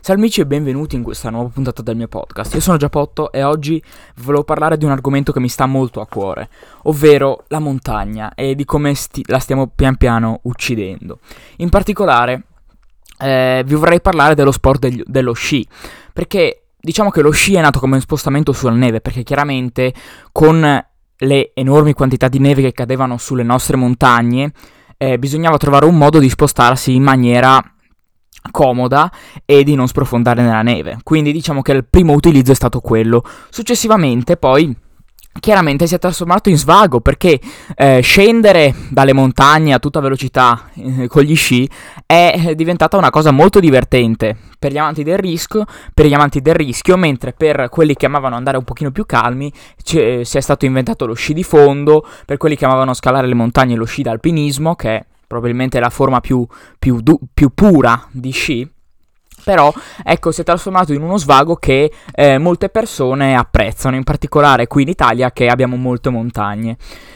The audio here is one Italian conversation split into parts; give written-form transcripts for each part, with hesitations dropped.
Salve amici e benvenuti in questa nuova puntata del mio podcast. Io sono Giappotto e oggi volevo parlare di un argomento che mi sta molto a cuore, ovvero la montagna e di come la stiamo pian piano uccidendo. In particolare vi vorrei parlare dello sport dello sci, perché diciamo che lo sci è nato come spostamento sulla neve, perché chiaramente con le enormi quantità di neve che cadevano sulle nostre montagne bisognava trovare un modo di spostarsi in maniera comoda e di non sprofondare nella neve. Quindi diciamo che il primo utilizzo è stato quello. Successivamente poi chiaramente si è trasformato in svago, perché scendere dalle montagne a tutta velocità con gli sci è diventata una cosa molto divertente per gli amanti del rischio, mentre per quelli che amavano andare un pochino più calmi si è stato inventato lo sci di fondo. Per quelli che amavano scalare le montagne, lo sci d'alpinismo, che è probabilmente la forma più pura di sci. Però ecco, si è trasformato in uno svago che molte persone apprezzano, in particolare qui in Italia che abbiamo molte montagne.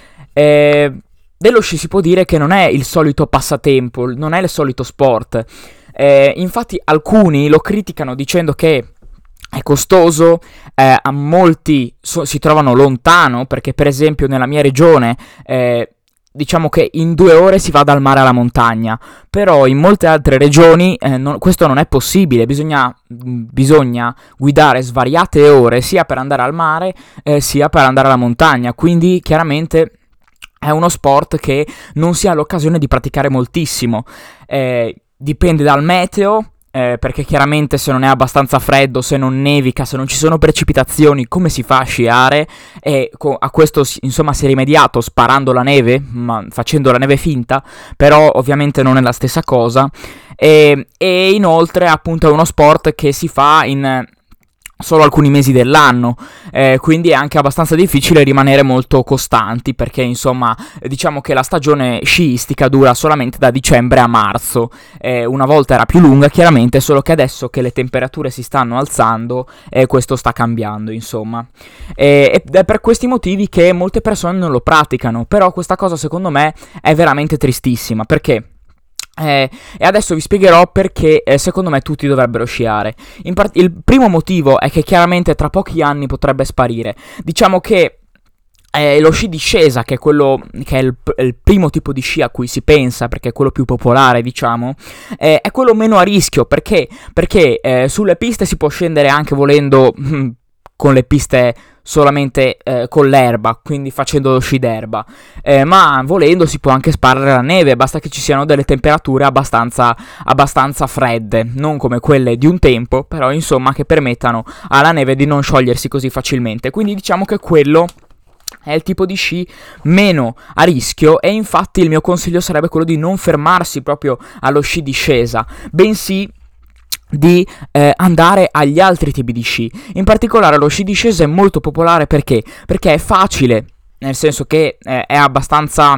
Dello sci si può dire che non è il solito passatempo, non è il solito sport. Infatti alcuni lo criticano dicendo che è costoso, a molti si trovano lontano, perché per esempio nella mia regione diciamo che in 2 ore si va dal mare alla montagna, però in molte altre regioni questo non è possibile, bisogna guidare svariate ore sia per andare al mare sia per andare alla montagna, quindi chiaramente è uno sport che non si ha l'occasione di praticare moltissimo. Dipende dal meteo, perché chiaramente se non è abbastanza freddo, se non nevica, se non ci sono precipitazioni, come si fa a sciare? E a questo insomma si è rimediato sparando la neve, facendo la neve finta, però ovviamente non è la stessa cosa. E inoltre appunto è uno sport che si fa in solo alcuni mesi dell'anno, quindi è anche abbastanza difficile rimanere molto costanti, perché insomma diciamo che la stagione sciistica dura solamente da dicembre a marzo. Una volta era più lunga chiaramente, solo che adesso che le temperature si stanno alzando questo sta cambiando, insomma, ed è per questi motivi che molte persone non lo praticano. Però questa cosa secondo me è veramente tristissima, perché e adesso vi spiegherò perché secondo me tutti dovrebbero sciare. Il primo motivo è che chiaramente tra pochi anni potrebbe sparire. Diciamo che lo sci discesa, che è quello che è il primo tipo di sci a cui si pensa, perché è quello più popolare, diciamo, è quello meno a rischio, perché sulle piste si può scendere anche volendo con le piste solamente con l'erba, quindi facendo lo sci d'erba, ma volendo si può anche sparare la neve, basta che ci siano delle temperature abbastanza fredde, non come quelle di un tempo, però insomma che permettano alla neve di non sciogliersi così facilmente. Quindi diciamo che quello è il tipo di sci meno a rischio, e infatti il mio consiglio sarebbe quello di non fermarsi proprio allo sci discesa, bensì di andare agli altri tipi di sci. In particolare lo sci discesa è molto popolare perché è facile, nel senso che è abbastanza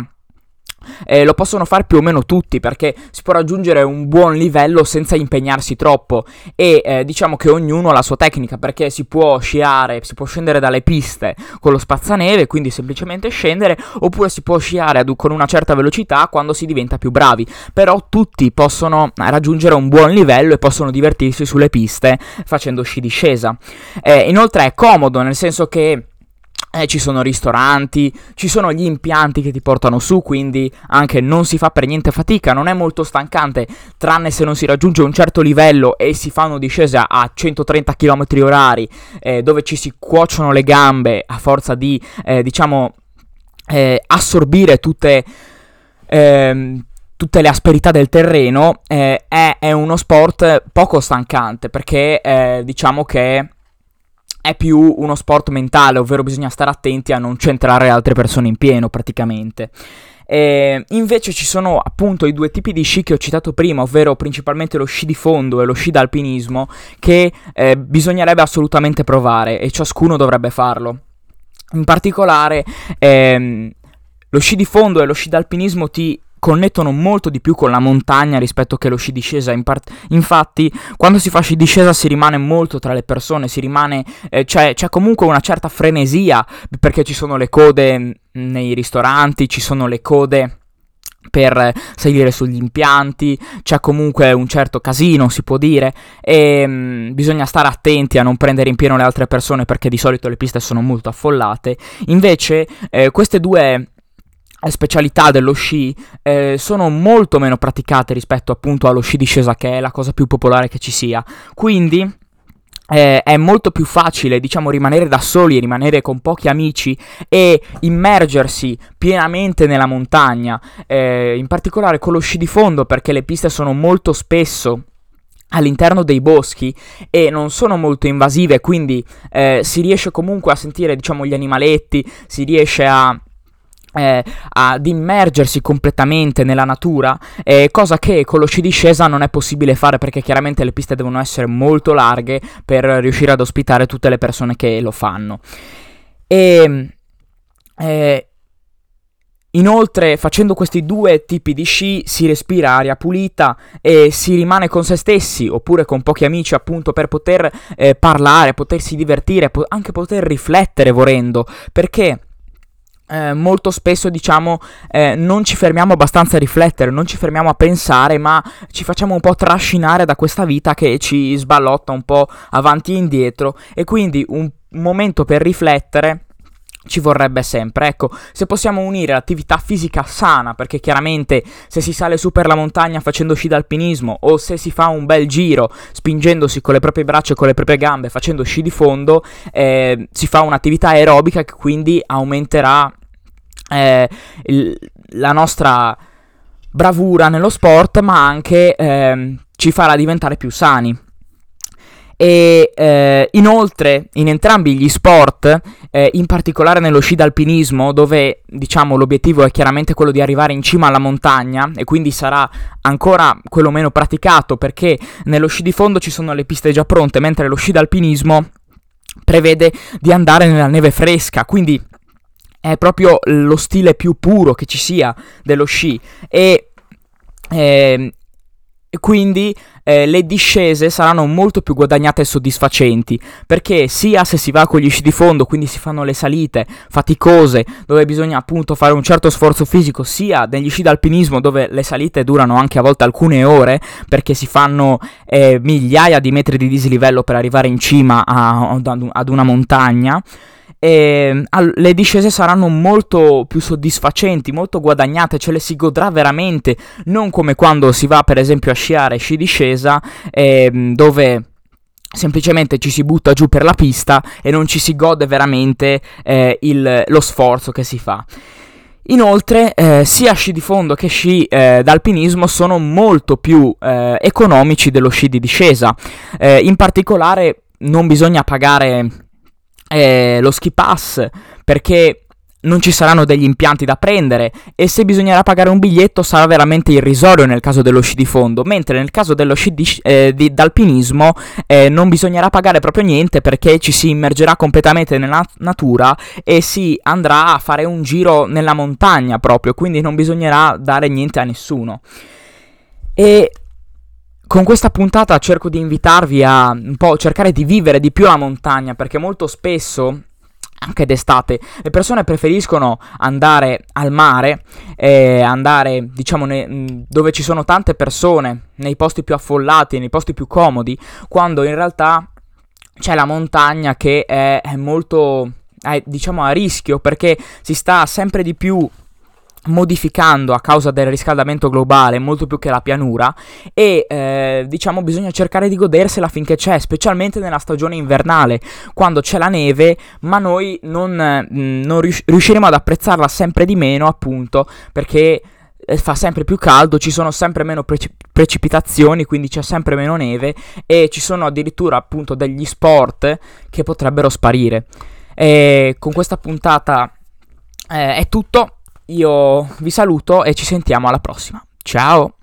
lo possono fare più o meno tutti, perché si può raggiungere un buon livello senza impegnarsi troppo, e diciamo che ognuno ha la sua tecnica, perché si può scendere dalle piste con lo spazzaneve, quindi semplicemente scendere, oppure si può sciare con una certa velocità quando si diventa più bravi. Però tutti possono raggiungere un buon livello e possono divertirsi sulle piste facendo sci discesa. Inoltre è comodo, nel senso che ci sono ristoranti, ci sono gli impianti che ti portano su, quindi anche non si fa per niente fatica, non è molto stancante, tranne se non si raggiunge un certo livello e si fanno discese a 130 km/h, dove ci si cuociono le gambe a forza di, assorbire tutte le asperità del terreno. È uno sport poco stancante, perché diciamo che è più uno sport mentale, ovvero bisogna stare attenti a non centrare altre persone in pieno praticamente. Invece ci sono appunto i 2 tipi di sci che ho citato prima, ovvero principalmente lo sci di fondo e lo sci d'alpinismo, che bisognerebbe assolutamente provare, e ciascuno dovrebbe farlo. In particolare lo sci di fondo e lo sci d'alpinismo ti connettono molto di più con la montagna rispetto che lo sci discesa. Infatti quando si fa sci discesa si rimane molto tra le persone, c'è comunque una certa frenesia, perché ci sono le code nei ristoranti, ci sono le code per salire sugli impianti, c'è comunque un certo casino, si può dire, e bisogna stare attenti a non prendere in pieno le altre persone, perché di solito le piste sono molto affollate. Invece queste due specialità dello sci sono molto meno praticate rispetto appunto allo sci discesa, che è la cosa più popolare che ci sia. Quindi è molto più facile, diciamo, rimanere da soli, rimanere con pochi amici e immergersi pienamente nella montagna, in particolare con lo sci di fondo, perché le piste sono molto spesso all'interno dei boschi e non sono molto invasive, quindi si riesce comunque a sentire, diciamo, gli animaletti, si riesce ad immergersi completamente nella natura, cosa che con lo sci discesa non è possibile fare, perché chiaramente le piste devono essere molto larghe per riuscire ad ospitare tutte le persone che lo fanno. Inoltre, facendo questi due tipi di sci si respira aria pulita e si rimane con se stessi, oppure con pochi amici, appunto, per poter parlare, potersi divertire, anche poter riflettere volendo, perché molto spesso, diciamo, non ci fermiamo abbastanza a riflettere, non ci fermiamo a pensare, ma ci facciamo un po' trascinare da questa vita che ci sballotta un po' avanti e indietro, e quindi un momento per riflettere ci vorrebbe sempre. Ecco, se possiamo unire l'attività fisica sana, perché chiaramente se si sale su per la montagna facendo sci d'alpinismo, o se si fa un bel giro spingendosi con le proprie braccia e con le proprie gambe facendo sci di fondo, si fa un'attività aerobica che quindi aumenterà la nostra bravura nello sport, ma anche ci farà diventare più sani. E inoltre in entrambi gli sport, in particolare nello sci d'alpinismo, dove, diciamo, l'obiettivo è chiaramente quello di arrivare in cima alla montagna, e quindi sarà ancora quello meno praticato, perché nello sci di fondo ci sono le piste già pronte, mentre lo sci d'alpinismo prevede di andare nella neve fresca, quindi è proprio lo stile più puro che ci sia dello sci. E quindi le discese saranno molto più guadagnate e soddisfacenti, perché sia se si va con gli sci di fondo, quindi si fanno le salite faticose dove bisogna appunto fare un certo sforzo fisico, sia negli sci d'alpinismo dove le salite durano anche a volte alcune ore, perché si fanno migliaia di metri di dislivello per arrivare in cima ad una montagna. Le discese saranno molto più soddisfacenti, molto guadagnate, ce le si godrà veramente, non come quando si va per esempio a sciare sci discesa, dove semplicemente ci si butta giù per la pista e non ci si gode veramente lo sforzo che si fa. Inoltre sia sci di fondo che sci d'alpinismo sono molto più economici dello sci di discesa. In particolare non bisogna pagare lo ski pass, perché non ci saranno degli impianti da prendere, e se bisognerà pagare un biglietto sarà veramente irrisorio nel caso dello sci di fondo, mentre nel caso dello sci d'alpinismo non bisognerà pagare proprio niente, perché ci si immergerà completamente nella natura e si andrà a fare un giro nella montagna proprio, quindi non bisognerà dare niente a nessuno. E con questa puntata cerco di invitarvi a un po' cercare di vivere di più la montagna, perché molto spesso, anche d'estate, le persone preferiscono andare al mare, andare, diciamo, dove ci sono tante persone, nei posti più affollati, nei posti più comodi, quando in realtà c'è la montagna che è molto, diciamo, a rischio, perché si sta sempre di più modificando a causa del riscaldamento globale, molto più che la pianura, e diciamo bisogna cercare di godersela finché c'è, specialmente nella stagione invernale, quando c'è la neve, ma noi non riusciremo ad apprezzarla sempre di meno, appunto perché fa sempre più caldo, ci sono sempre meno precipitazioni, quindi c'è sempre meno neve, e ci sono addirittura appunto degli sport che potrebbero sparire. E con questa puntata è tutto. Io vi saluto e ci sentiamo alla prossima. Ciao!